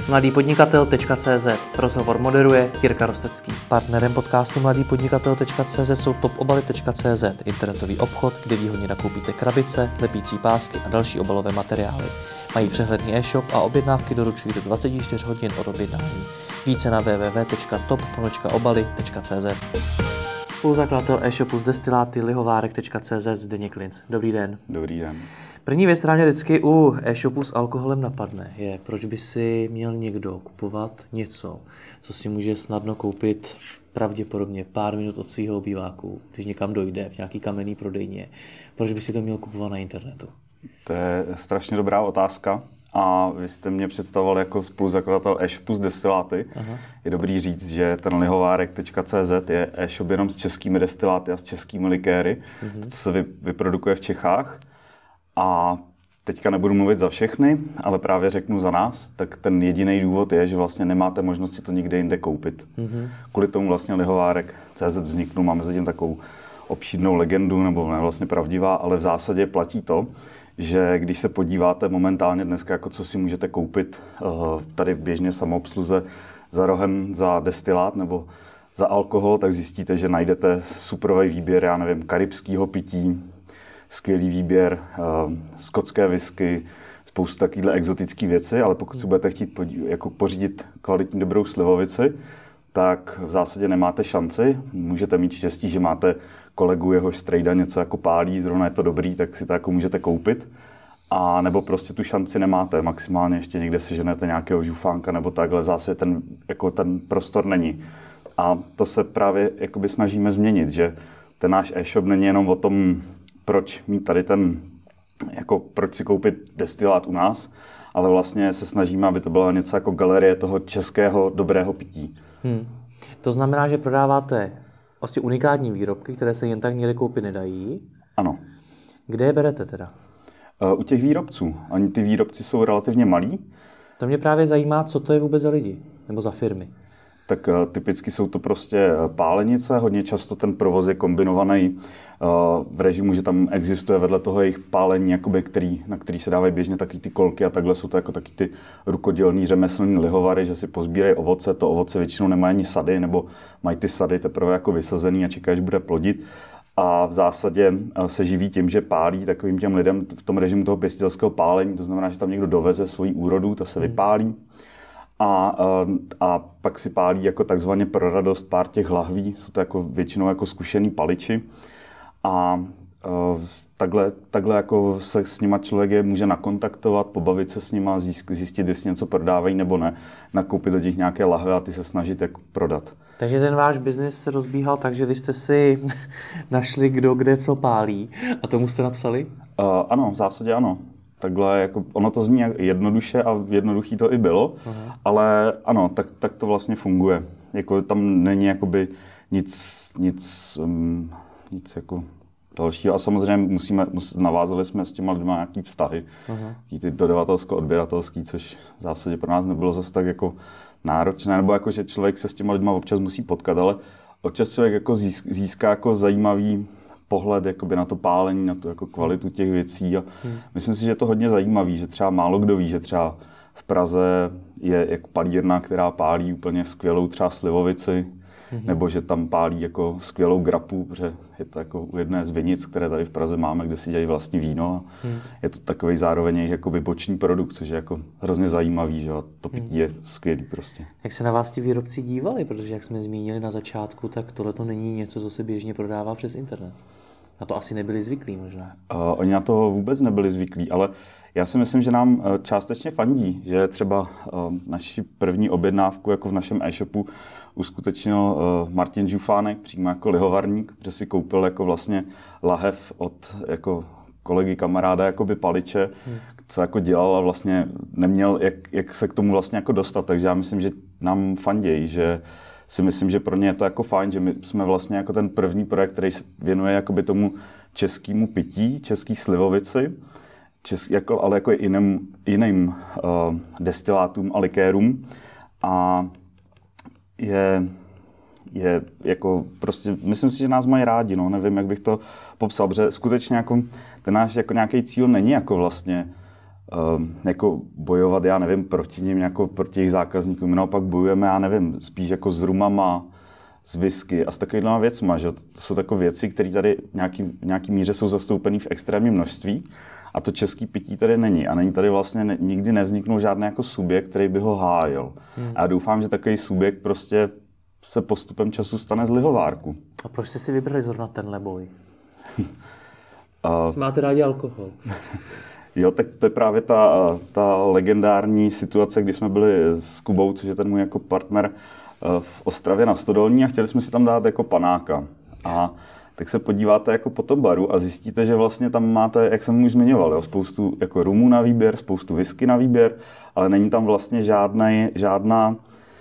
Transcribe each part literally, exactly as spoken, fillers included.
mladý podnikatel tečka cé zet. Rozhovor moderuje Jirka Rostecký. Partnerem podcastu mladý podnikatel tečka cé zet jsou top obaly tečka cé zet, internetový obchod, kde výhodně nakoupíte krabice, lepící pásky a další obalové materiály. Mají přehledný e-shop a objednávky doručují do dvacet čtyři hodin od objednání. Více na w w w tečka top obaly tečka cé zet. Spoluzakladatel e-shopu z destiláty lihovárek tečka cé zet Zdeněk Linc. Dobrý den. Dobrý den. První věc, která mě vždycky u e-shopu s alkoholem napadne, je, proč by si měl někdo kupovat něco, co si může snadno koupit pravděpodobně pár minut od svého obýváku, když někam dojde v nějaký kamenný prodejně. Proč by si to měl kupovat na internetu? To je strašně dobrá otázka a vy jste mě představoval jako spoluzakladatel e-shopu z destiláty. Aha. Je dobrý říct, že ten lihovárek tečka cé zet je e-shop jenom s českými destiláty a s českými likéry, mhm. to, co se vyprodukuje v Čechách. A teďka nebudu mluvit za všechny, ale právě řeknu za nás, tak ten jediný důvod je, že vlastně nemáte možnost si to nikde jinde koupit. Mm-hmm. Kvůli tomu vlastně lihovárek tečka cé zet vzniknul, máme zatím takovou obšírnou legendu, nebo ne vlastně pravdivá, ale v zásadě platí to, že když se podíváte momentálně dneska, jako co si můžete koupit tady běžně samoobsluze za rohem za destilát nebo za alkohol, tak zjistíte, že najdete superový výběr, já nevím, karibského pití, skvělý výběr, uh, skotské whisky, spoustu takovýhle exotické věci, ale pokud si budete chtít podí- jako pořídit kvalitní dobrou slivovici, tak v zásadě nemáte šanci. Můžete mít štěstí, že máte kolegu, jehož strejda něco jako pálí, zrovna je to dobrý, tak si to jako můžete koupit. A nebo prostě tu šanci nemáte, maximálně ještě někde si ženete nějakého žufánka nebo takhle, v zásadě ten, jako ten prostor není. A to se právě jakoby snažíme změnit, že ten náš e-shop není jenom o tom, proč mít tady ten, jako proč si koupit destilát u nás, ale vlastně se snažíme, aby to byla něco jako galerie toho českého dobrého pití. Hmm. To znamená, že prodáváte vlastně unikátní výrobky, které se jen tak někde koupit nedají? Ano. Kde je berete teda? U těch výrobců. Oni ty výrobci jsou relativně malí. To mě právě zajímá, co to je vůbec za lidi, nebo za firmy. Tak uh, typicky jsou to prostě pálenice, hodně často ten provoz je kombinovaný uh, v režimu, že tam existuje vedle toho jejich pálení, jakoby, který, na který se dávají běžně taky ty kolky a takhle jsou to jako taky ty rukodělní řemeslní lihovary, že si pozbírají ovoce, to ovoce většinou nemají ani sady, nebo mají ty sady teprve jako vysazený a čekají, až bude plodit. A v zásadě se živí tím, že pálí takovým těm lidem v tom režimu toho pěstitelského pálení, to znamená, že tam někdo doveze svoji úrodu, to se vypálí. A, a pak si pálí jako takzvaně pro radost pár těch lahví, jsou to jako většinou jako zkušený paliči a uh, takhle, takhle jako se s nima člověk je může nakontaktovat, pobavit se s nima, zjistit, jestli něco prodávají nebo ne, nakoupit do těch nějaké lahve a ty se snažit jako prodat. Takže ten váš biznis se rozbíhal tak, že vy jste si našli, kdo kde co pálí a tomu jste napsali? Uh, ano, v zásadě ano. Takhle, jako, ono to zní jednoduše a jednoduchý to i bylo, aha. Ale ano, tak, tak to vlastně funguje. Jako, tam není jakoby nic, nic, um, nic jako dalšího. A samozřejmě musíme, navázali jsme s těma lidma nějaký vztahy, ty dodavatelsko-odběratelský, což v zásadě pro nás nebylo zase tak jako náročné, nebo jako, že člověk se s těma lidma občas musí potkat, ale občas člověk jako získá jako zajímavý pohled jakoby na to pálení, na tu jako kvalitu těch věcí a hmm. myslím si, že je to hodně zajímavý, že třeba málo kdo ví, že třeba v Praze je jako palírna, která pálí úplně skvělou třeba slivovici, hmm. nebo že tam pálí jako skvělou grapu, protože je to jako u jedné z vinic, které tady v Praze máme, kde si dělají vlastní víno. Hmm. Je to takový zároveň jejich jakoby boční produkt, což je jako hrozně zajímavý, že to pití je skvělý prostě. Jak se na vás ti výrobci dívali, protože jak jsme zmínili na začátku, tak tohle to není něco, co se běžně prodává přes internet. Na to asi nebyli zvyklí možná. Uh, oni na to vůbec nebyli zvyklí, ale já si myslím, že nám uh, částečně fandí, že třeba uh, naši první objednávku jako v našem e-shopu uskutečnil uh, Martin Žufánek, přímo jako lihovarník, že si koupil jako vlastně lahev od jako kolegy, kamaráda, jakoby paliče, hmm. co jako dělal a vlastně neměl, jak, jak se k tomu vlastně jako dostat. Takže já myslím, že nám fandějí, že si myslím, že pro ně je to jako fajn, že my jsme vlastně jako ten první projekt, který se věnuje jakoby tomu českému pití, český slivovici, česk, jako, ale jako jiným, jiným uh, destilátům a likérům. A je, je jako prostě, myslím si, že nás mají rádi, no, nevím, jak bych to popsal, protože skutečně jako ten náš jako nějaký cíl není jako vlastně jako bojovat, já nevím, proti ním, jako proti jejich zákazníkům. My naopak bojujeme, já nevím, spíš jako s rumama, s whisky a s takovýma věcma, že to jsou takové věci, které tady v nějaký, nějaký míře jsou zastoupené v extrémním množství a to český pití tady není. A není tady vlastně ne, nikdy nevzniknul žádný jako subjekt, který by ho hájil. Hmm. A já doufám, že takový subjekt prostě se postupem času stane z lihovárku. A proč jste si vybrali zrovna tenhle boj? uh, Máte rádi alkohol? Jo, tak to je právě ta, ta legendární situace, kdy jsme byli s Kubou, což je ten můj jako partner v Ostravě na Stodolní a chtěli jsme si tam dát jako panáka. A tak se podíváte jako po tom baru a zjistíte, že vlastně tam máte, jak jsem už zmiňoval, jo, spoustu jako rumů na výběr, spoustu whisky na výběr, ale není tam vlastně žádnej, žádná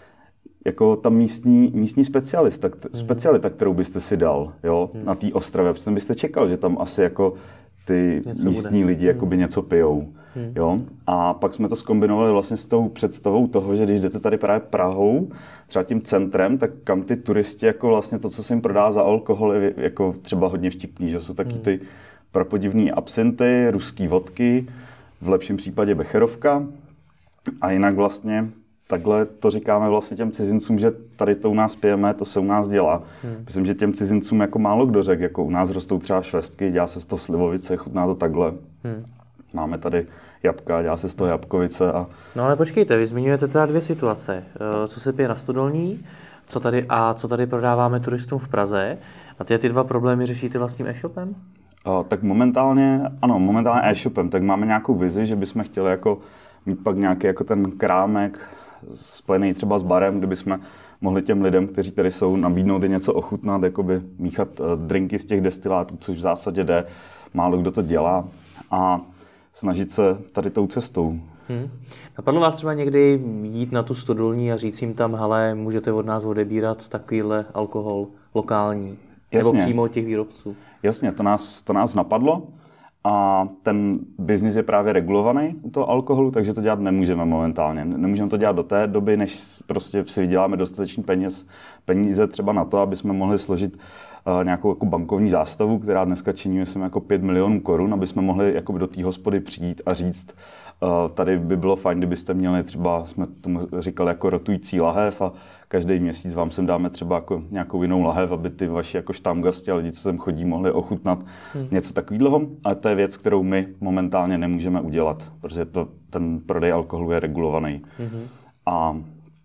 jako ta místní, místní specialista, mm. specialita, kterou byste si dal, jo, mm. na té Ostravě. Protože byste čekal, že tam asi jako ty něco místní bude. lidi jakoby něco pijou. Hmm. Jo? A pak jsme to zkombinovali vlastně s tou představou toho, že když jdete tady právě Prahou, třeba tím centrem, tak kam ty turisti, jako vlastně to, co se jim prodá za alkohol, je jako třeba hodně vtipný, že jsou taky hmm. ty prapodivný absinty, ruský vodky, v lepším případě becherovka. A jinak vlastně takhle to říkáme vlastně těm cizincům, že tady to u nás pijeme, to se u nás dělá. Hmm. Myslím, že těm cizincům jako málo kdo řekl, jako u nás rostou třeba švestky, dělá se z toho slivovice, chutná to takhle. Hmm. Máme tady jabka, dělá se z toho jabkovice. A... No ale počkejte, vy zmiňujete teda dvě situace. Co se pije na Stodolní co tady, a co tady prodáváme turistům v Praze. A ty ty dva problémy řešíte vlastním e-shopem? O, tak momentálně, ano, momentálně e-shopem. Tak máme nějakou vizi, že bychom chtěli jako mít pak nějaký jako ten krámek spojený třeba s barem, kde bychom mohli těm lidem, kteří tady jsou, nabídnout i něco ochutnat, jakoby míchat drinky z těch destilátů, což v zásadě jde. Málo kdo to dělá. A snažit se tady tou cestou. Hmm. Napadlo vás třeba někdy jít na tu Stodolní a říct jim tam, hele, můžete od nás odebírat takovýhle alkohol lokální? Jasně. Nebo přímo od těch výrobců? Jasně, to nás, to nás napadlo a ten biznis je právě regulovaný u toho alkoholu, takže to dělat nemůžeme momentálně. Nemůžeme to dělat do té doby, než prostě si vyděláme dostatečný peněz, peníze třeba na to, aby jsme mohli složit Uh, nějakou jako bankovní zástavu, která dneska činí myslím, jako pět milionů korun, aby jsme mohli jako do té hospody přijít a říct, uh, tady by bylo fajn, kdybyste měli třeba, jsme tomu říkali, jako rotující lahev a každý měsíc vám sem dáme třeba jako nějakou jinou lahev, aby ty vaši jako štámgasti a lidi, co sem chodí, mohli ochutnat hmm. něco takového. Ale to je věc, kterou my momentálně nemůžeme udělat, protože to, ten prodej alkoholu je regulovaný. Hmm. A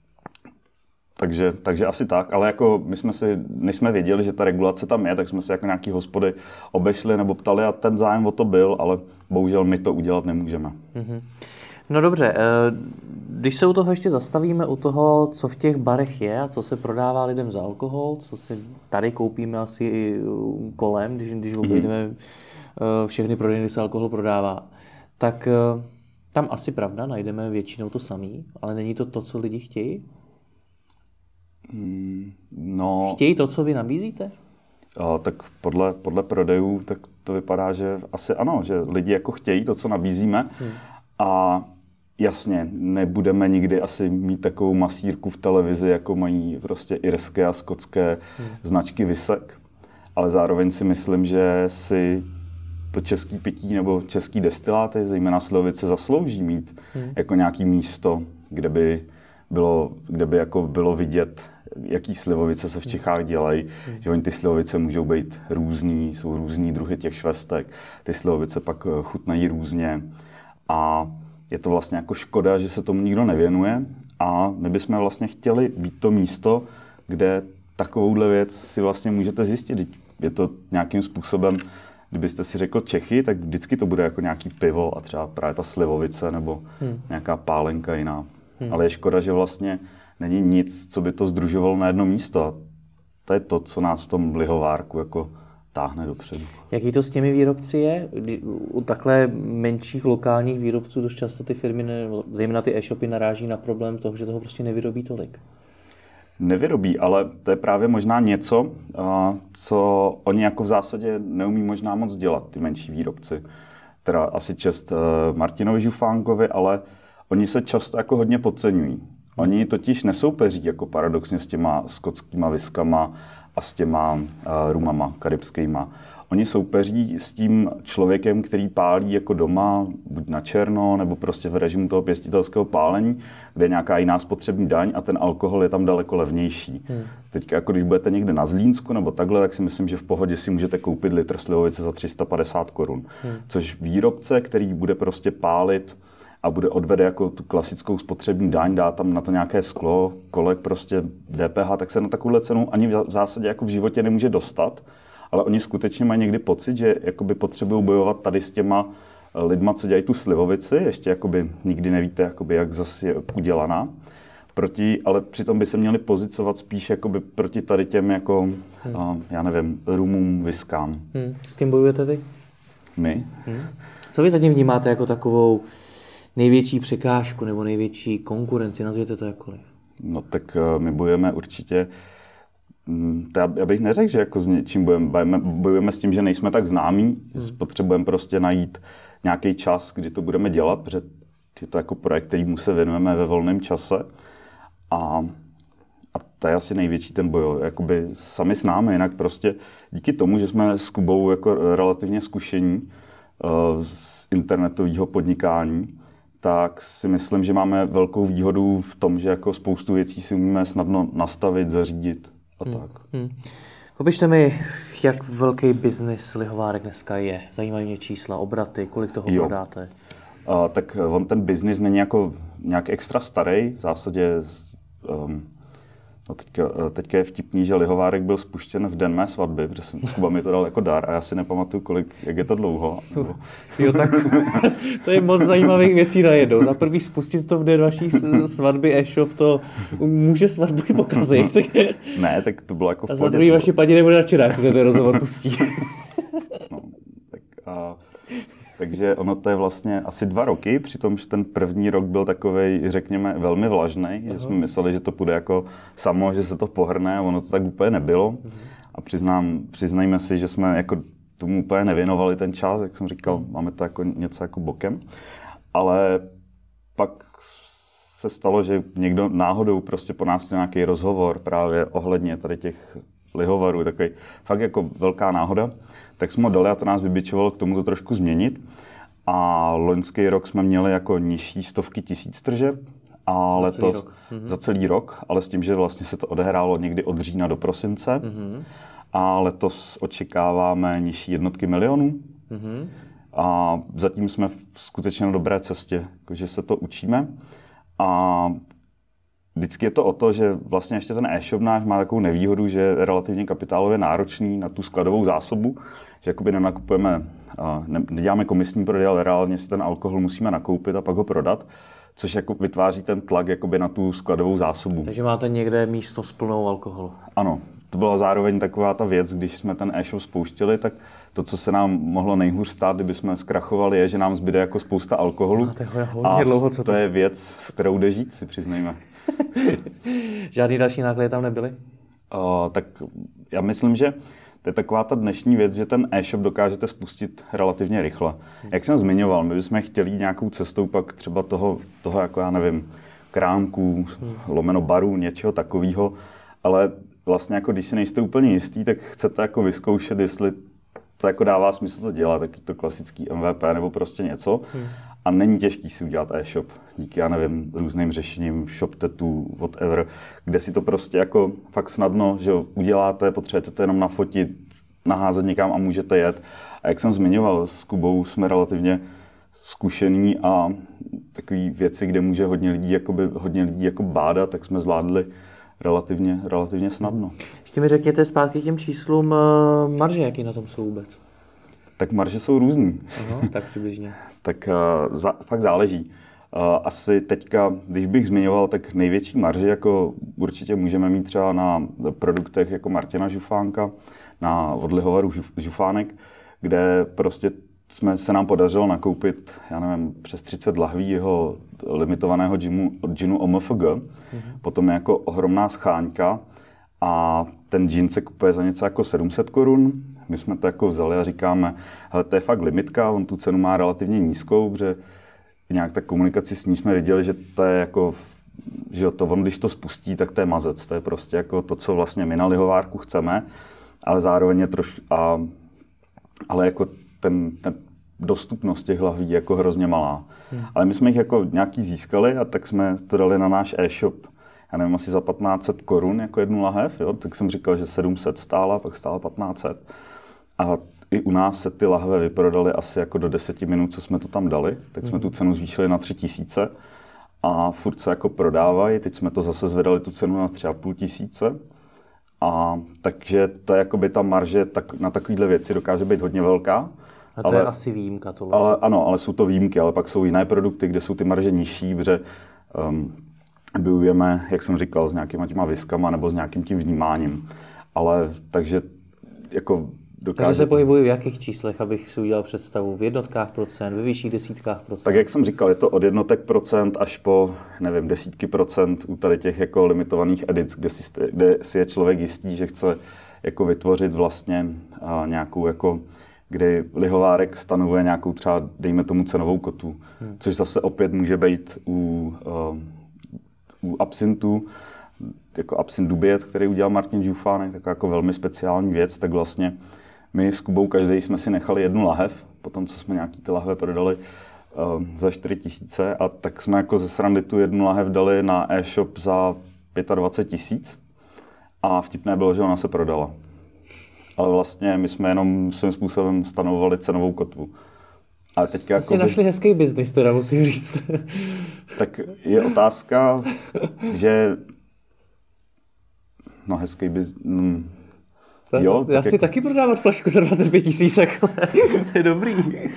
Takže, takže asi tak, ale jako my jsme si, než jsme věděli, že ta regulace tam je, tak jsme se jako nějaký hospody obešli nebo ptali a ten zájem o to byl, ale bohužel my to udělat nemůžeme. Mm-hmm. No dobře, když se u toho ještě zastavíme, u toho, co v těch barech je a co se prodává lidem za alkohol, co si tady koupíme asi i kolem, když, když obejdeme mm-hmm. všechny prodejny, kde se alkohol prodává, tak tam asi pravda, najdeme většinou to samý, ale není to to, co lidi chtějí? No, chtějí to, co vy nabízíte? O, tak podle, podle prodejů tak to vypadá, že asi ano, že lidi jako chtějí to, co nabízíme. Hmm. A jasně, nebudeme nikdy asi mít takovou masírku v televizi, jako mají prostě irské a skotské hmm. značky Visek. Ale zároveň si myslím, že si to český pití nebo český destiláty, zejména slivovice, zaslouží mít hmm. jako nějaký místo, kde by bylo, kde by jako bylo vidět, jaký slivovice se v Čechách dělají, mm. že oni ty slivovice můžou být různý, jsou různý druhy těch švestek, ty slivovice pak chutnají různě a je to vlastně jako škoda, že se tomu nikdo nevěnuje a my bychom vlastně chtěli být to místo, kde takovouhle věc si vlastně můžete zjistit. Je to nějakým způsobem, kdybyste si řekl Čechy, tak vždycky to bude jako nějaký pivo a třeba právě ta slivovice nebo mm. nějaká pálenka jiná. Hmm. Ale je škoda, že vlastně není nic, co by to sdružovalo na jedno místo. A to je to, co nás v tom lihovárku jako táhne dopředu. Jaký to s těmi výrobci je? U takhle menších lokálních výrobců dost často ty firmy, zejména ty e-shopy, naráží na problém toho, že toho prostě nevyrobí tolik. Nevyrobí, ale to je právě možná něco, co oni jako v zásadě neumí možná moc dělat, ty menší výrobci. Teda asi čest Martinovi Žufánkovi, ale oni se často jako hodně podceňují. Oni totiž nesoupeří jako paradoxně s těma skotskýma viskama a s těma uh, rumama karibskýma. oni soupeří s tím člověkem, který pálí jako doma, buď na černo, nebo prostě v režimu toho pěstitelského pálení, kde je nějaká jiná spotřební daň a ten alkohol je tam daleko levnější. Hmm. Teď jako když budete někde na Zlínsku nebo takhle, tak si myslím, že v pohodě si můžete koupit litr slivovice za tři sta padesát korun. Hmm. Což výrobce, který bude prostě pálit a bude odvede jako tu klasickou spotřební daň, dá tam na to nějaké sklo, kolek prostě D P H, tak se na takovouhle cenu ani v zásadě jako v životě nemůže dostat. Ale oni skutečně mají někdy pocit, že jakoby potřebují bojovat tady s těma lidma, co dělají tu slivovici, ještě jakoby nikdy nevíte, jakoby, jak zase je udělaná. Proti, ale přitom by se měli pozicovat spíš jakoby proti tady těm jako, hmm. a, já nevím, rumům, viskám. Hmm. S kým bojujete vy? My? Hmm. Co vy zatím vnímáte jako takovou největší překážku nebo největší konkurenci, nazvěte to jakkoliv? No tak my bojujeme určitě, to já bych neřekl, že jako s něčím bojujeme, bojujeme s tím, že nejsme tak známí, hmm. že potřebujeme prostě najít nějaký čas, kdy to budeme dělat, protože je to jako projekt, kterýmu se věnujeme ve volném čase a, a to je asi největší ten boj, jakoby sami s námi, jinak prostě díky tomu, že jsme s Kubou jako relativně zkušení uh, z internetového podnikání, tak si myslím, že máme velkou výhodu v tom, že jako spoustu věcí si umíme snadno nastavit, zařídit a hmm. tak. Hmm. Popište mi, jak velký biznis lihovárek dneska je. Zajímají mě čísla, obraty, kolik toho jo. prodáte? Uh, tak on ten biznis není jako nějak extra starý, v zásadě um, no teďka, teďka je vtipný, že lihovárek byl spuštěn v den mé svatby, protože jsem, Kuba mi to dal jako dar a já si nepamatuju, kolik, jak je to dlouho. Jo, tak to je moc zajímavých věcí najednou. Za prvý spustit to v den vaší svatby e-shop, to může svatbu i pokazit. Ne, tak to bylo jako v A za druhý vaši paní nebude nadšená, jak se ten rozhovor pustí. No, tak a... Takže ono to je vlastně asi dva roky, přitomž ten první rok byl takovej, řekněme, velmi vlažnej, že jsme mysleli, že to půjde jako samo, že se to pohrne a ono to tak úplně nebylo. Uh-huh. A přiznám, přiznejme si, že jsme jako tomu úplně nevěnovali ten čas, jak jsem říkal, uh-huh. máme to jako něco jako bokem. Ale pak se stalo, že někdo náhodou prostě po nás nějaký rozhovor právě ohledně tady těch lihovarů, takový fakt jako velká náhoda. Tak jsme ho dali a to nás vybičovalo k tomu to trošku změnit. A loňský rok jsme měli jako nižší stovky tisíc tržeb. A za, letos, celý rok. za celý rok, ale s tím, že vlastně se to odehrálo někdy od října do prosince. Mm-hmm. A letos očekáváme nižší jednotky milionů. Mm-hmm. A zatím jsme skutečně na dobré cestě, že se to učíme. A vždycky je to o to, že vlastně ještě ten e-shop náš má takovou nevýhodu, že je relativně kapitálově náročný na tu skladovou zásobu, že jakoby nenakupujeme, ne, neděláme komisní prodej, ale reálně si ten alkohol musíme nakoupit a pak ho prodat, což jako vytváří ten tlak jakoby na tu skladovou zásobu. Takže máte někde místo s plnou alkoholu? Ano, to byla zároveň taková ta věc, když jsme ten e-shop spouštili, tak to, co se nám mohlo nejhůř stát, kdyby jsme zkrachovali, je, že nám zbyde jako spousta alkoholu. A, a dlouho, co to je věc, s kterou jde žít, si přiznejme. Žádný další náklady tam nebyly? Uh, tak já myslím, že to je taková ta dnešní věc, že ten e-shop dokážete spustit relativně rychle. Hmm. Jak jsem zmiňoval, my bychom chtěli nějakou cestou pak třeba toho, toho jako já nevím, krámků, hmm. lomeno barů, něčeho takového, ale vlastně jako když si nejste úplně jistý, tak chcete jako vyzkoušet, jestli to jako dává smysl to dělat, taky to klasický M V P nebo prostě něco. Hmm. A není těžký si udělat e-shop díky, já nevím, různým řešením, ShopTetu, whatever, kde si to prostě jako fakt snadno, že uděláte, potřebujete to jenom nafotit, naházet někam a můžete jet. A jak jsem zmiňoval, s Kubou jsme relativně zkušení a takové věci, kde může hodně lidí, jakoby, hodně lidí jako bádat, tak jsme zvládli relativně, relativně snadno. Ještě mi řekněte zpátky těm číslům marže, jaký na tom jsou vůbec? Tak marže jsou různý. Aha, tak přibližně. tak uh, za, fakt záleží. Uh, asi teďka, když bych zmiňoval, tak největší marže jako určitě můžeme mít třeba na produktech jako Martina Žufánka, na od lihovaru Žuf, Žufánek, kde prostě jsme, se nám podařilo nakoupit, já nevím, přes třicet lahví jeho limitovaného džinu, džinu O M F G. Mm-hmm. Potom je jako ohromná scháňka a ten džin se kupuje za něco jako sedm set korun. My jsme to jako vzali a říkáme, hele, to je fakt limitka, on tu cenu má relativně nízkou, protože nějak tak komunikaci s ní jsme viděli, že to je jako, že to on, když to spustí, tak to je mazec, to je prostě jako to, co vlastně my na lihovárku chceme, ale zároveň je trošku, a ale jako ten, ten dostupnost těch lahví je jako hrozně malá. Hmm. Ale my jsme jich jako nějaký získali a tak jsme to dali na náš e-shop, já nevím, asi za patnáct set korun jako jednu lahev, jo? Tak jsem říkal, že sedm set stála, pak stála patnáct set. A i u nás se ty lahve vyprodaly asi jako do deseti minut, co jsme to tam dali, tak jsme hmm. tu cenu zvýšili na tři tisíce a furt se jako prodávají, teď jsme to zase zvedali tu cenu na tři a půl tisíce. A takže to je jakoby ta marže tak, na takovéhle věci dokáže být hodně velká. A to ale, je asi výjimka. Tohle. Ale, ano, ale jsou to výjimky, ale pak jsou jiné produkty, kde jsou ty marže nižší, protože um, bojujeme, jak jsem říkal, s nějakýma těma viskama nebo s nějakým tím vnímáním. Ale takže jako dokáže... Takže se pohybují v jakých číslech, abych si udělal představu? V jednotkách procent, ve vyšších desítkách procent? Tak jak jsem říkal, je to od jednotek procent až po, nevím, desítky procent u tady těch jako limitovaných edic, kde si, kde si je člověk jistý, že chce jako vytvořit vlastně uh, nějakou jako, kdy lihovárek stanovuje nějakou třeba, dejme tomu, cenovou kotu, hmm. což zase opět může být u, uh, u absintu, jako absint Dubiet, který udělal Martin Žufánek, taková jako velmi speciální věc, tak vlastně my s Kubou každý jsme si nechali jednu lahev, potom co jsme nějaký ty lahve prodali uh, za čtyři tisíce a tak jsme jako ze srandy tu jednu lahev dali na e-shop za dvacet pět tisíc a vtipné bylo, že ona se prodala. Ale vlastně my jsme jenom svým způsobem stanovovali cenovou kotvu. Ale teďka jako si našli hezký biznis, teda musím říct. Tak je otázka, že no hezký biznis... Mm, jo, já chci jak... taky prodávat flašku za dvacet pět tisíc, to je dobrý.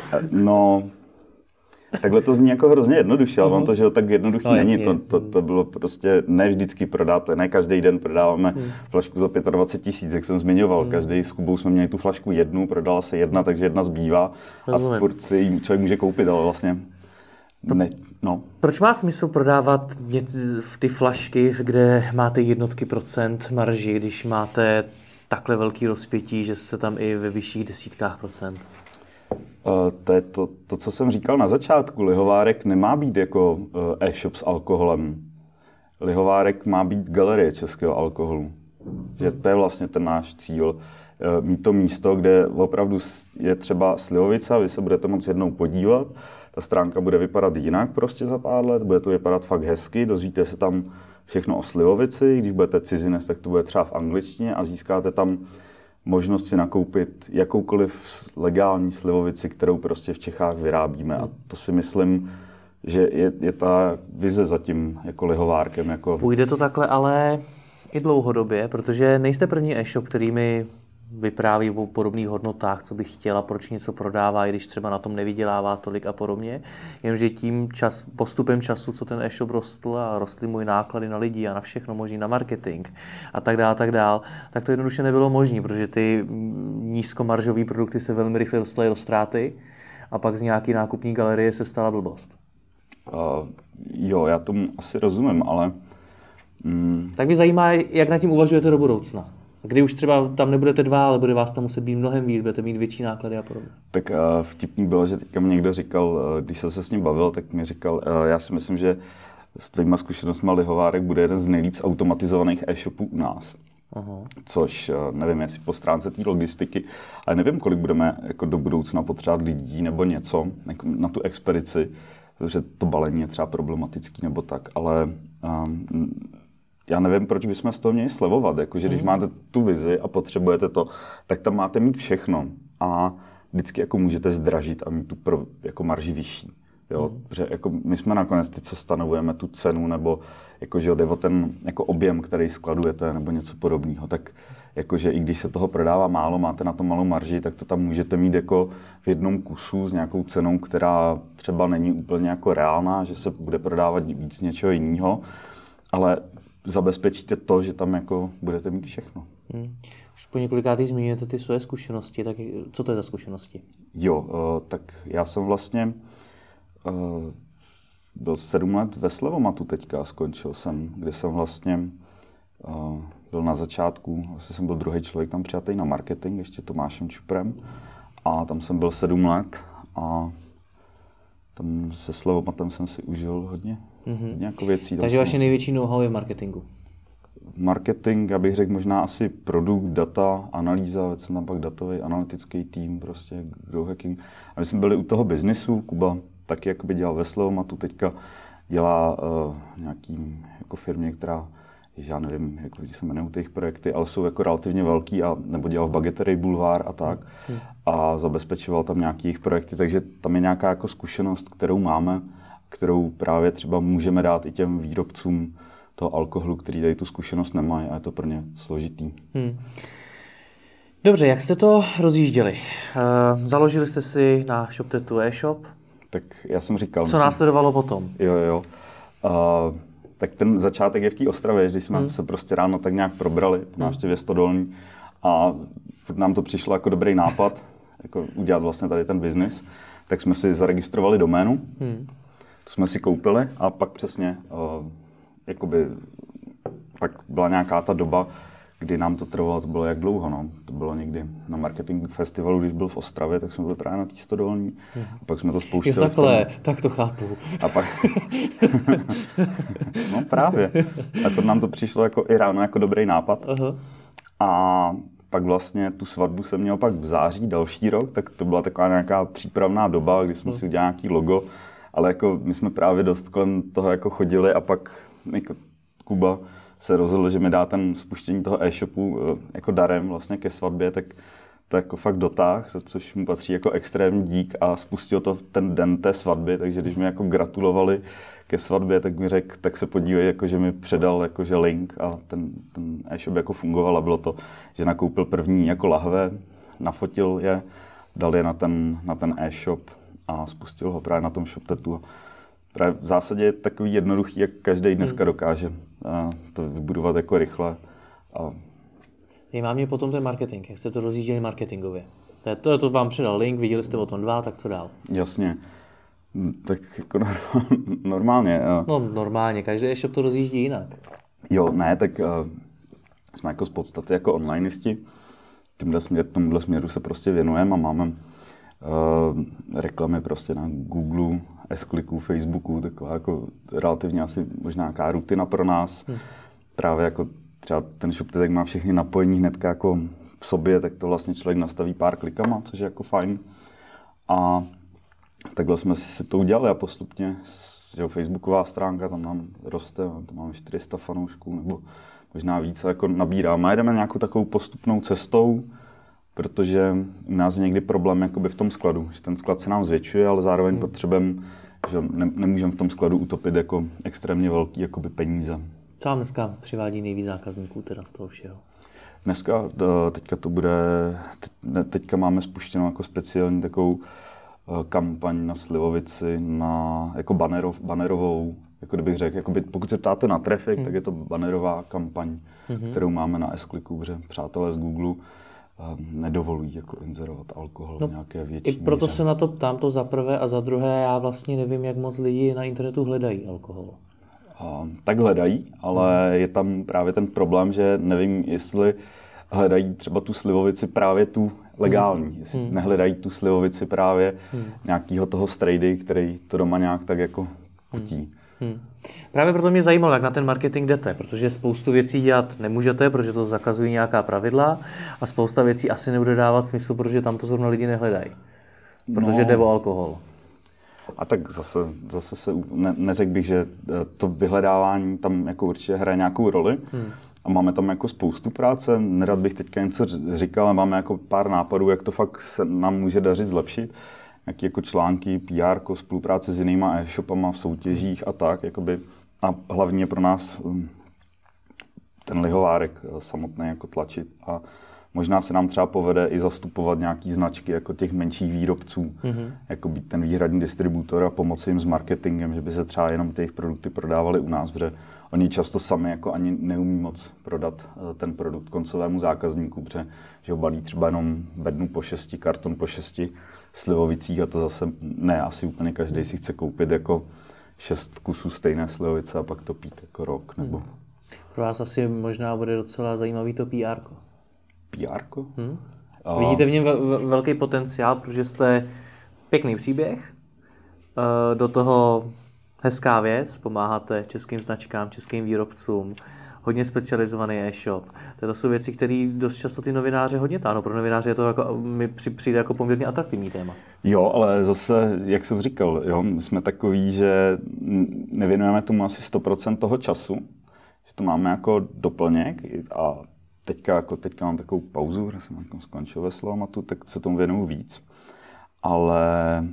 No, takhle to zní jako hrozně jednoduše, ale on to, že to tak jednoduchý no, není. To, to, to bylo prostě ne vždycky prodat, ne každý den prodáváme hmm. flašku za dvacet pět tisíc, jak jsem zmiňoval. Hmm. Každý s Kubou jsme měli tu flašku jednu, prodala se jedna, takže jedna zbývá Rozumím. A furt si ji člověk může koupit, ale vlastně ne, no. Proč má smysl prodávat ty flašky, kde máte jednotky procent marži, když máte takhle velký rozpětí, že jste tam i ve vyšších desítkách procent? Uh, to je to, to, co jsem říkal na začátku. Lihovárek nemá být jako uh, e-shop s alkoholem. Lihovárek má být galerie českého alkoholu. Že to je vlastně ten náš cíl. Uh, mít to místo, kde opravdu je třeba slivovice, vy se budete moct jednou podívat. Ta stránka bude vypadat jinak prostě za pár let, bude to vypadat fakt hezky, dozvíte se tam všechno o slivovici, když budete cizinec, tak to bude třeba v angličtině a získáte tam možnost si nakoupit jakoukoliv legální slivovici, kterou prostě v Čechách vyrábíme. A to si myslím, že je, je ta vize za tím jako lihovárkem. Jako... Půjde to takhle ale i dlouhodobě, protože nejste první e-shop, který mi vypráví o podobných hodnotách, co bych chtěla, proč něco prodává, i když třeba na tom nevydělává tolik a podobně. Jenže tím čas, postupem času, co ten e-shop rostl a rostly můj náklady na lidi a na všechno možný, na marketing a tak dále, tak dál, tak to jednoduše nebylo možné, protože ty nízkomaržové produkty se velmi rychle dostaly do ztráty a pak z nějaký nákupní galerie se stala blbost. Uh, jo, já tomu asi rozumím, ale... Mm... Tak mě zajímá, jak nad tím uvažujete do budoucna. Kdy už třeba tam nebudete dva, ale bude vás tam muset být mnohem víc, budete mít větší náklady a podobně. Tak uh, vtipný bylo, že teďka mi někdo říkal, uh, když jsem se s ním bavil, tak mi říkal, uh, já si myslím, že s tvýma zkušenostmi lihovárek bude jeden z nejlíp automatizovaných e-shopů u nás. Aha. Což uh, nevím, jestli po stránce té logistiky, ale nevím, kolik budeme jako do budoucna potřebovat lidí nebo něco jako na tu expedici, protože to balení je třeba problematický nebo tak, ale... Um, Já nevím, proč bychom z toho měli slevovat. Jakože když máte tu vizi a potřebujete to, tak tam máte mít všechno. A vždycky jako můžete zdražit a mít tu pro, jako marži vyšší. Jo? Mm. Protože jako my jsme nakonec ty, co stanovujeme tu cenu, nebo jakože jde o ten jako objem, který skladujete, nebo něco podobného. Tak jakože i když se toho prodává málo, máte na to malou marži, tak to tam můžete mít jako v jednom kusu s nějakou cenou, která třeba není úplně jako reálná, že se bude prodávat víc něčeho jiného. Ale zabezpečíte to, že tam jako budete mít všechno. Hmm. Už po několikátý zmínujete ty své zkušenosti, tak co to je za zkušenosti? Jo, uh, tak já jsem vlastně uh, byl sedm let ve Slevomatu teďka, skončil jsem, kde jsem vlastně uh, byl na začátku, vlastně jsem byl druhý člověk tam přijatý na marketing, ještě Tomášem Čuprem, a tam jsem byl sedm let a tam se Slevomatem jsem si užil hodně. Mm-hmm. Jako věcí. Takže vaše největší know-how je v marketingu? marketing, já bych řekl možná asi produkt, data, analýza, jsem tam pak datový analytický tým, prostě growth hacking. A my jsme byli u toho biznisu, Kuba taky jakoby dělal ve Slevomatu, teďka dělá uh, nějaký jako firmě, která, já nevím, jak se jmenují těch projekty, ale jsou jako relativně velký, a, nebo dělal v Bageterii Bulvár a tak. Hmm. A zabezpečoval tam nějaký jejich projekty, takže tam je nějaká jako zkušenost, kterou máme, kterou právě třeba můžeme dát i těm výrobcům toho alkoholu, který tady tu zkušenost nemají, a je to pro ně složitý. Hmm. Dobře, jak jste to rozjížděli? Uh, založili jste si na ShopTetu e-shop? Tak já jsem říkal... Co myslím, následovalo potom? Jo, jo. Uh, tak ten začátek je v té Ostravě, když jsme hmm. se prostě ráno tak nějak probrali po návštěvě Stodolní, a nám to přišlo jako dobrý nápad, jako udělat vlastně tady ten biznis, tak jsme si zaregistrovali doménu, hmm. to jsme si koupili, a pak přesně uh, jakoby, pak byla nějaká ta doba, kdy nám to trvalo, to bylo jak dlouho, no. To bylo někdy na marketing festivalu, když byl v Ostravě, tak jsme byli právě na té Stodolní. Hmm. A pak jsme to spouštěli. Je takhle, tak to chápu. A pak... no právě. A to nám to přišlo jako i ráno jako dobrý nápad. Uh-huh. A pak vlastně tu svatbu jsem měl pak v září další rok, tak to byla taková nějaká přípravná doba, kdy jsme uh-huh. si udělali nějaký logo, ale jako my jsme právě dost kolem toho jako chodili, a pak jako Kuba se rozhodl, že mi dá ten spuštění toho e-shopu jako darem vlastně ke svatbě, tak to jako fakt dotáh, za což mu patří jako extrémní dík, a spustil to v ten den té svatby, takže když mi jako gratulovali ke svatbě, tak mi řekl, tak se podívej, jako, že mi předal jakože link, a ten, ten e-shop jako fungoval, a bylo to, že nakoupil první jako lahve, nafotil je, dal je na ten, na ten e-shop a spustil ho právě na tom ShopTetu. Právě v zásadě je takový jednoduchý, jak každý dneska dokáže to vybudovat jako rychle. A... Zajímá mě potom ten marketing, jak jste to rozjížděli marketingově. To, je, to, to vám předal link, viděli jste o tom dva, tak co dál? Jasně. Tak jako normálně. No normálně, každý e-shop to rozjíždí jinak. Jo, ne, tak uh, jsme jako z podstaty jako onlineisti. Tímhle směr, tomuhle směru se prostě věnujeme a máme uh, reklamy prostě na Google, S-Clicku, Facebooku, taková jako relativně asi možná nějaká rutina pro nás. Hmm. Právě jako třeba ten ShopTet má všechny napojení hnedka jako v sobě, tak to vlastně člověk nastaví pár klikama, což je jako fajn. A takhle jsme si to udělali a postupně, že Facebooková stránka, tam nám roste, tam máme čtyři sta fanoušků nebo možná víc, jako nabíráme. A jdeme nějakou takovou postupnou cestou, protože u nás je někdy problém jakoby v tom skladu, že ten sklad se nám zvětšuje, ale zároveň hmm. potřebujeme, že ne, nemůžeme v tom skladu utopit jako extrémně velký jakoby peníze. Co vám dneska přivádí nejvíc zákazníků teda z toho všeho? Dneska, teďka to bude, teďka máme spuštěnou jako speciální takovou kampaň na slivovici, na jako bannerov, bannerovou, jako kdybych řekl, jakoby, pokud se ptáte na traffic, hmm. tak je to bannerová kampaň, hmm. kterou máme na S-Clicku, protože přátelé z Google nedovolují jako inzerovat alkohol no, v nějaké větší i proto míře. se na to ptám to za prvé, a za druhé já vlastně nevím, jak moc lidi na internetu hledají alkohol. A, tak hledají, ale hmm. je tam právě ten problém, že nevím, jestli hledají třeba tu slivovici právě tu legální, hmm. jestli hmm. nehledají tu slivovici právě hmm. nějakého toho strejdy, který to doma nějak tak jako chutí. Hmm. Hmm. Právě proto mě zajímalo, jak na ten marketing jdete, protože spoustu věcí dělat nemůžete, protože to zakazují nějaká pravidla, a spousta věcí asi nebude dávat smysl, protože tam to zrovna lidi nehledají, protože no. jde o alkohol. A tak zase, zase se ne, neřekl bych, že to vyhledávání tam jako určitě hraje nějakou roli. Hmm. A máme tam jako spoustu práce. Nerad bych teďka něco říkal, ale máme jako pár nápadů, jak to fakt se nám může dařit zlepšit. Nějaké jako články, P R, spolupráce s jinýma e-shopama v soutěžích a tak. Jakoby. A hlavně pro nás ten lihovárek samotný jako tlačit. A možná se nám třeba povede i zastupovat nějaký značky jako těch menších výrobců, mm-hmm. jako být ten výhradní distributor a pomoci jim s marketingem, že by se třeba jenom ty jejich produkty prodávaly u nás, protože oni často sami jako ani neumí moc prodat ten produkt koncovému zákazníku, protože že ho balí třeba jenom bednu po šesti, karton po šesti slivovicích, a to zase ne, asi úplně každý si chce koupit jako šest kusů stejné slivovice a pak to pít jako rok. Nebo... Hmm. Pro vás asi možná bude docela zajímavý to P R ko. P R ko? Hmm. A... Vidíte v něm velký potenciál, protože jste pěkný příběh, do toho hezká věc, pomáháte českým značkám, českým výrobcům, hodně specializovaný e-shop. To jsou věci, které dost často ty novináře hodně táhnou. Pro novináře je to jako, mi přijde jako poměrně atraktivní téma. Jo, ale zase, jak jsem říkal, jo, my jsme takový, že nevěnujeme tomu asi sto procent toho času, že to máme jako doplněk a teďka, jako teďka mám takovou pauzu, že jsem jako skončil ve Slovamatu, tak se tomu věnuju víc. Ale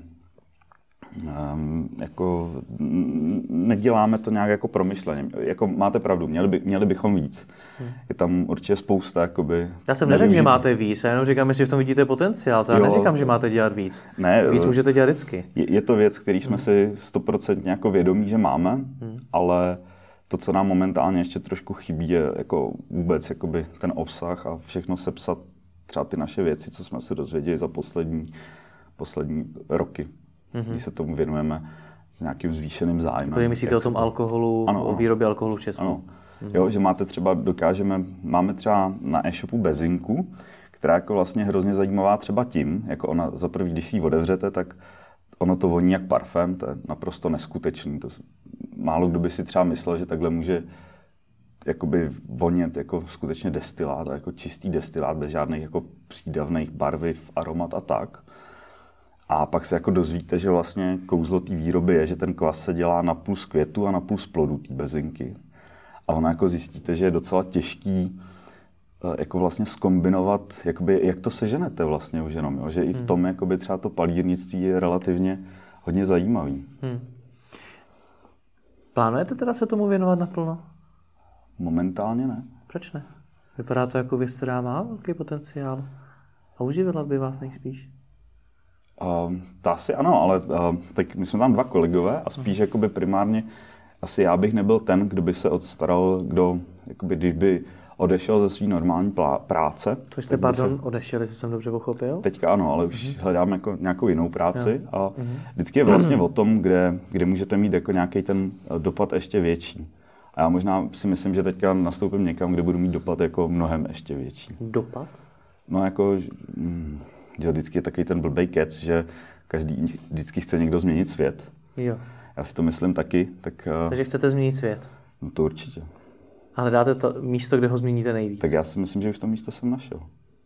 um, jako neděláme to nějak jako promyšleně. Jako máte pravdu, měli, by, měli bychom víc. Hmm. Je tam určitě spousta, jakoby... Já jsem neřekl, že máte víc, já jenom říkám, jestli v tom vidíte potenciál. To já jo. neříkám, že máte dělat víc. Ne, víc můžete dělat vždycky. Je, je to věc, který jsme hmm. si sto procent jako vědomí, že máme, hmm. ale to, co nám momentálně ještě trošku chybí, je jako vůbec jakoby ten obsah a všechno sepsat, třeba ty naše věci, co jsme se dozvěděli za poslední, poslední roky, mm-hmm. když se tomu věnujeme s nějakým zvýšeným zájmem. Když myslíte o tom to... alkoholu, ano, o výrobě alkoholu v Česku? Ano. Mm-hmm. Jo, že máte třeba, dokážeme, máme třeba na e-shopu bezinku, která jako vlastně hrozně zajímavá třeba tím, jako ona za prvý, když si ji otevřete, tak ono to voní jak parfém, to je naprosto neskutečný. To málo kdo by si třeba myslel, že takhle může jakoby vonět jako skutečně destilát, jako čistý destilát bez žádných jako přídavných barviv, aromat a tak. A pak se jako dozvíte, že vlastně kouzlo té výroby je, že ten kvas se dělá na půl z květu a na půl z plodů té bezinky. A ono jako zjistíte, že je docela těžký jako vlastně zkombinovat, jakoby, jak to seženete vlastně už jenom, jo? Že i v tom jakoby třeba to palírnictví je relativně hodně zajímavý. Hmm. Plánujete teda se tomu věnovat naplno? Momentálně ne. Proč ne? Vypadá to jako věc, která má velký potenciál. A uživila by vás nejspíš? Uh, to asi ano, ale uh, tak my jsme tam dva kolegové a spíš uh-huh. jakoby primárně asi já bych nebyl ten, kdo by se odstaral, kdo, jakoby, když by odešel ze své normální plá- práce. Což jste, pardon, se... odešel, jestli jsem dobře pochopil? Teďka ano, ale už uh-huh. hledám jako nějakou jinou práci jo. a uh-huh. vždycky je vlastně o tom, kde, kde můžete mít jako nějaký ten dopad ještě větší. A já možná si myslím, že teďka nastoupím někam, kde budu mít dopad jako mnohem ještě větší. Dopad? No jako, že vždycky je takový ten blbej kec, že každý vždycky chce někdo změnit svět. Jo. Já si to myslím taky. Tak, Takže chcete změnit svět? No to určitě. A hledáte to místo, kde ho změníte nejvíc? Tak já si myslím, že už to místo jsem našel.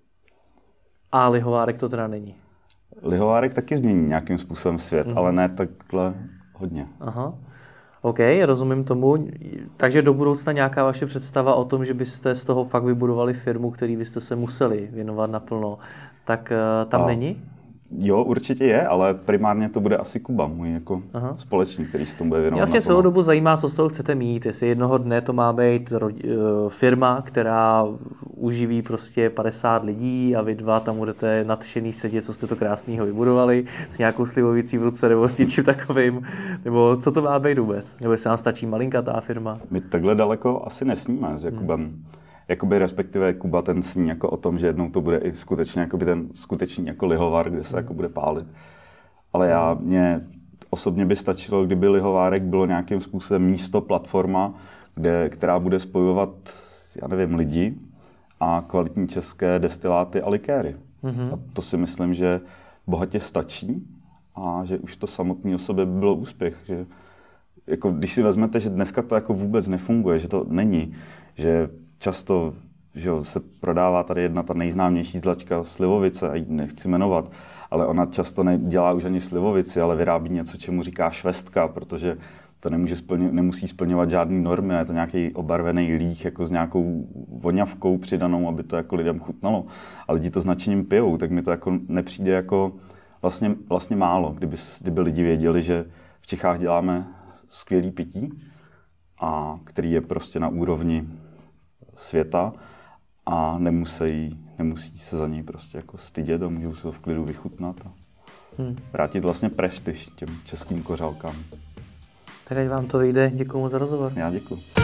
A lihovárek to teda není? Lihovárek taky změní nějakým způsobem svět, mm. ale ne takhle hodně. Aha. OK, rozumím tomu. Takže do budoucna nějaká vaše představa o tom, že byste z toho fakt vybudovali firmu, který byste se museli věnovat naplno, tak uh, tam A, není? Jo, určitě je, ale primárně to bude asi Kuba, můj jako Aha. společník, který se tomu bude věnovat. Mě vlastně celou dobu zajímá, co z toho chcete mít. Jestli jednoho dne to má být uh, firma, která uživí prostě padesát lidí a vy dva tam budete nadšený sedět, co jste to krásného vybudovali, s nějakou slivovicí v ruce nebo s něčím takovým, nebo co to má být vůbec? Nebo jestli nám stačí malinkatá firma? My takhle daleko asi nesníme s Jakubem. Hmm. Jakoby respektive Kuba ten sní jako o tom, že jednou to bude i skutečně jakoby ten skutečný jako lihovar, kde se jako bude pálit. Ale já, mě osobně by stačilo, kdyby lihovárek bylo nějakým způsobem místo, platforma, kde, která bude spojovat, já nevím, lidi a kvalitní české destiláty a likéry. Mm-hmm. A to si myslím, že bohatě stačí a že už to samotný o sobě by bylo úspěch. Že, jako, když si vezmete, že dneska to jako vůbec nefunguje, že to není, že často že jo, se prodává tady jedna ta nejznámější zlačka Slivovice, a ji nechci jmenovat, ale ona často nedělá už ani slivovici, ale vyrábí něco, čemu říká švestka, protože to nemůže splně, nemusí splňovat žádný normy, je to nějaký obarvený líh jako s nějakou voňavkou přidanou, aby to jako lidem chutnalo. A lidi to značením pijou, tak mi to jako nepřijde jako vlastně, vlastně málo, kdyby, kdyby lidi věděli, že v Čechách děláme skvělý pití, a který je prostě na úrovni světa a nemusí, nemusí se za něj prostě jako stydět a můžou se to v klidu vychutnat a hmm. vrátit vlastně prestiž těm českým kořálkám. Tak ať vám to vyjde. Děkuju moc za rozhovor. Já děkuju.